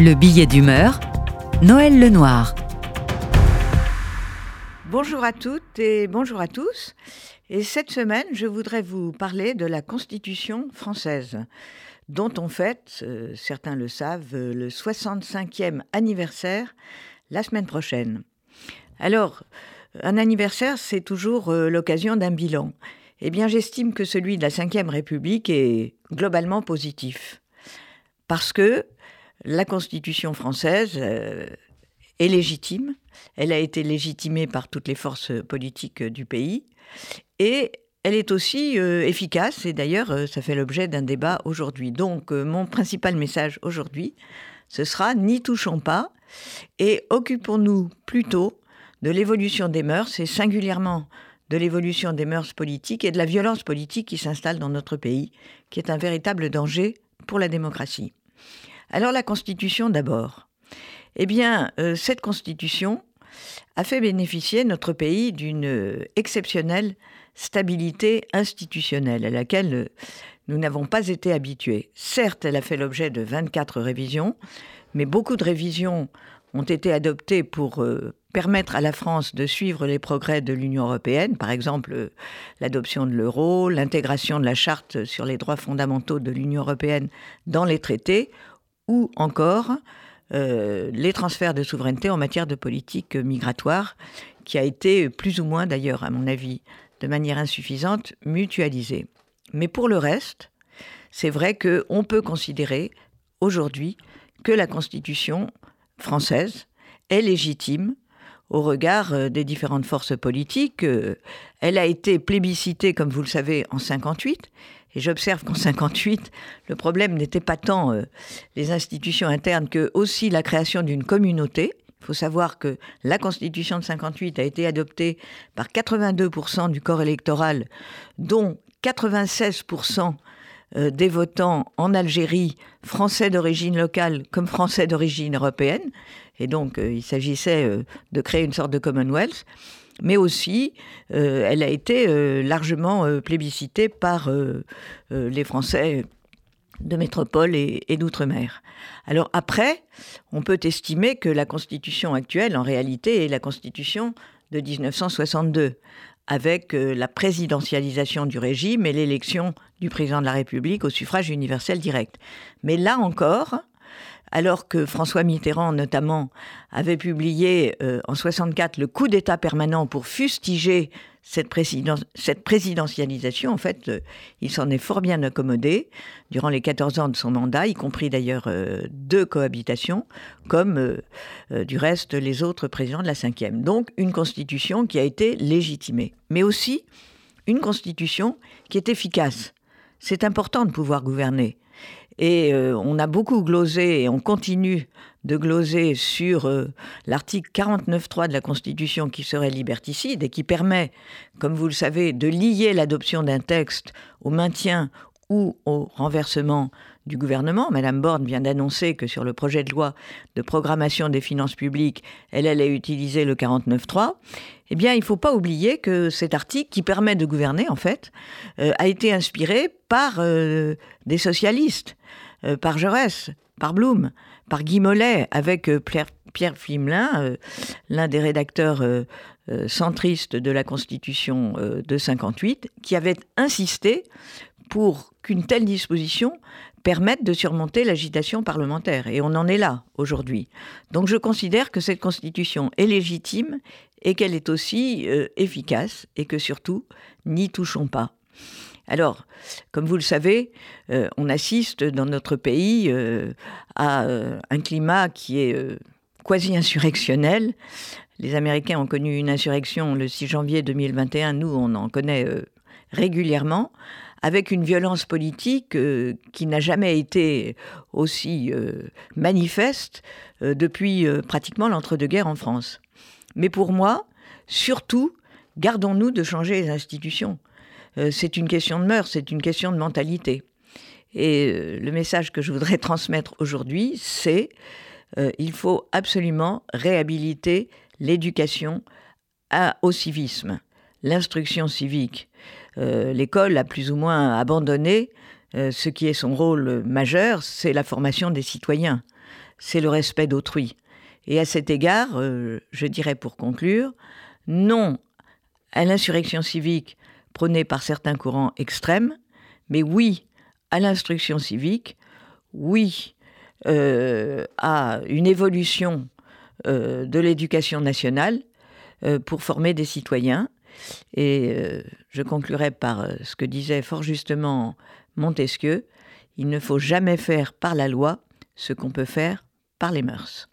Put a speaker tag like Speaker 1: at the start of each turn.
Speaker 1: Le billet d'humeur, Noël Lenoir.
Speaker 2: Bonjour à toutes et bonjour à tous. Et cette semaine, je voudrais vous parler de la Constitution française, dont on fête, certains le savent, le 65e anniversaire la semaine prochaine. Alors, un anniversaire, c'est toujours l'occasion d'un bilan. Eh bien, j'estime que celui de la Ve République est globalement positif. Parce que la Constitution française est légitime. Elle a été légitimée par toutes les forces politiques du pays. Et elle est aussi efficace. Et d'ailleurs, ça fait l'objet d'un débat aujourd'hui. Donc, mon principal message aujourd'hui, ce sera « N'y touchons pas » et occupons-nous plutôt de l'évolution des mœurs et singulièrement de l'évolution des mœurs politiques et de la violence politique qui s'installe dans notre pays, qui est un véritable danger pour la démocratie. Alors la Constitution d'abord. Eh bien, cette Constitution a fait bénéficier notre pays d'une exceptionnelle stabilité institutionnelle à laquelle nous n'avons pas été habitués. Certes, elle a fait l'objet de 24 révisions, mais beaucoup de révisions ont été adoptées pour permettre à la France de suivre les progrès de l'Union européenne, par exemple l'adoption de l'euro, l'intégration de la charte sur les droits fondamentaux de l'Union européenne dans les traités, ou encore les transferts de souveraineté en matière de politique migratoire, qui a été plus ou moins d'ailleurs, à mon avis, de manière insuffisante, mutualisée. Mais pour le reste, c'est vrai qu'on peut considérer aujourd'hui que la Constitution française est légitime au regard des différentes forces politiques. Elle a été plébiscitée, comme vous le savez, en 1958. Et j'observe qu'en 1958, le problème n'était pas tant les institutions internes que aussi la création d'une communauté. Il faut savoir que la Constitution de 1958 a été adoptée par 82% du corps électoral, dont 96% des votants en Algérie, français d'origine locale comme français d'origine européenne. Et donc, il s'agissait de créer une sorte de Commonwealth. Mais aussi, elle a été largement plébiscitée par les Français de métropole et d'outre-mer. Alors après, on peut estimer que la Constitution actuelle, en réalité, est la Constitution de 1962, avec la présidentialisation du régime et l'élection du président de la République au suffrage universel direct. Mais là encore, alors que François Mitterrand, notamment, avait publié en 1964 le coup d'État permanent pour fustiger cette présidentialisation, en fait, il s'en est fort bien accommodé durant les 14 ans de son mandat, y compris d'ailleurs 2 cohabitations, comme du reste les autres présidents de la Ve. Donc une constitution qui a été légitimée, mais aussi une constitution qui est efficace. C'est important de pouvoir gouverner. Et on a beaucoup glosé et on continue de gloser sur l'article 49.3 de la Constitution qui serait liberticide et qui permet, comme vous le savez, de lier l'adoption d'un texte au maintien ou au renversement du gouvernement. Madame Borne vient d'annoncer que sur le projet de loi de programmation des finances publiques, elle allait utiliser le 49.3. Eh bien, il ne faut pas oublier que cet article, qui permet de gouverner, en fait, a été inspiré par des socialistes, par Jaurès, par Blum, par Guy Mollet, avec Pierre Pflimlin, l'un des rédacteurs centristes de la Constitution de 1958, qui avait insisté pour qu'une telle disposition permette de surmonter l'agitation parlementaire. Et on en est là, aujourd'hui. Donc je considère que cette Constitution est légitime et qu'elle est aussi efficace et que surtout, n'y touchons pas. Alors, comme vous le savez, on assiste dans notre pays à un climat qui est quasi-insurrectionnel. Les Américains ont connu une insurrection le 6 janvier 2021. Nous, on en connaît régulièrement, avec une violence politique qui n'a jamais été aussi manifeste depuis pratiquement l'entre-deux-guerres en France. Mais pour moi, surtout, gardons-nous de changer les institutions. C'est une question de mœurs, c'est une question de mentalité. Et le message que je voudrais transmettre aujourd'hui, c'est il faut absolument réhabiliter l'éducation au civisme, l'instruction civique. L'école a plus ou moins abandonné ce qui est son rôle majeur, c'est la formation des citoyens, c'est le respect d'autrui. Et à cet égard, je dirais pour conclure, non à l'insurrection civique prônée par certains courants extrêmes, mais oui à l'instruction civique, oui à une évolution de l'éducation nationale pour former des citoyens. Et je conclurai par ce que disait fort justement Montesquieu, il ne faut jamais faire par la loi ce qu'on peut faire par les mœurs.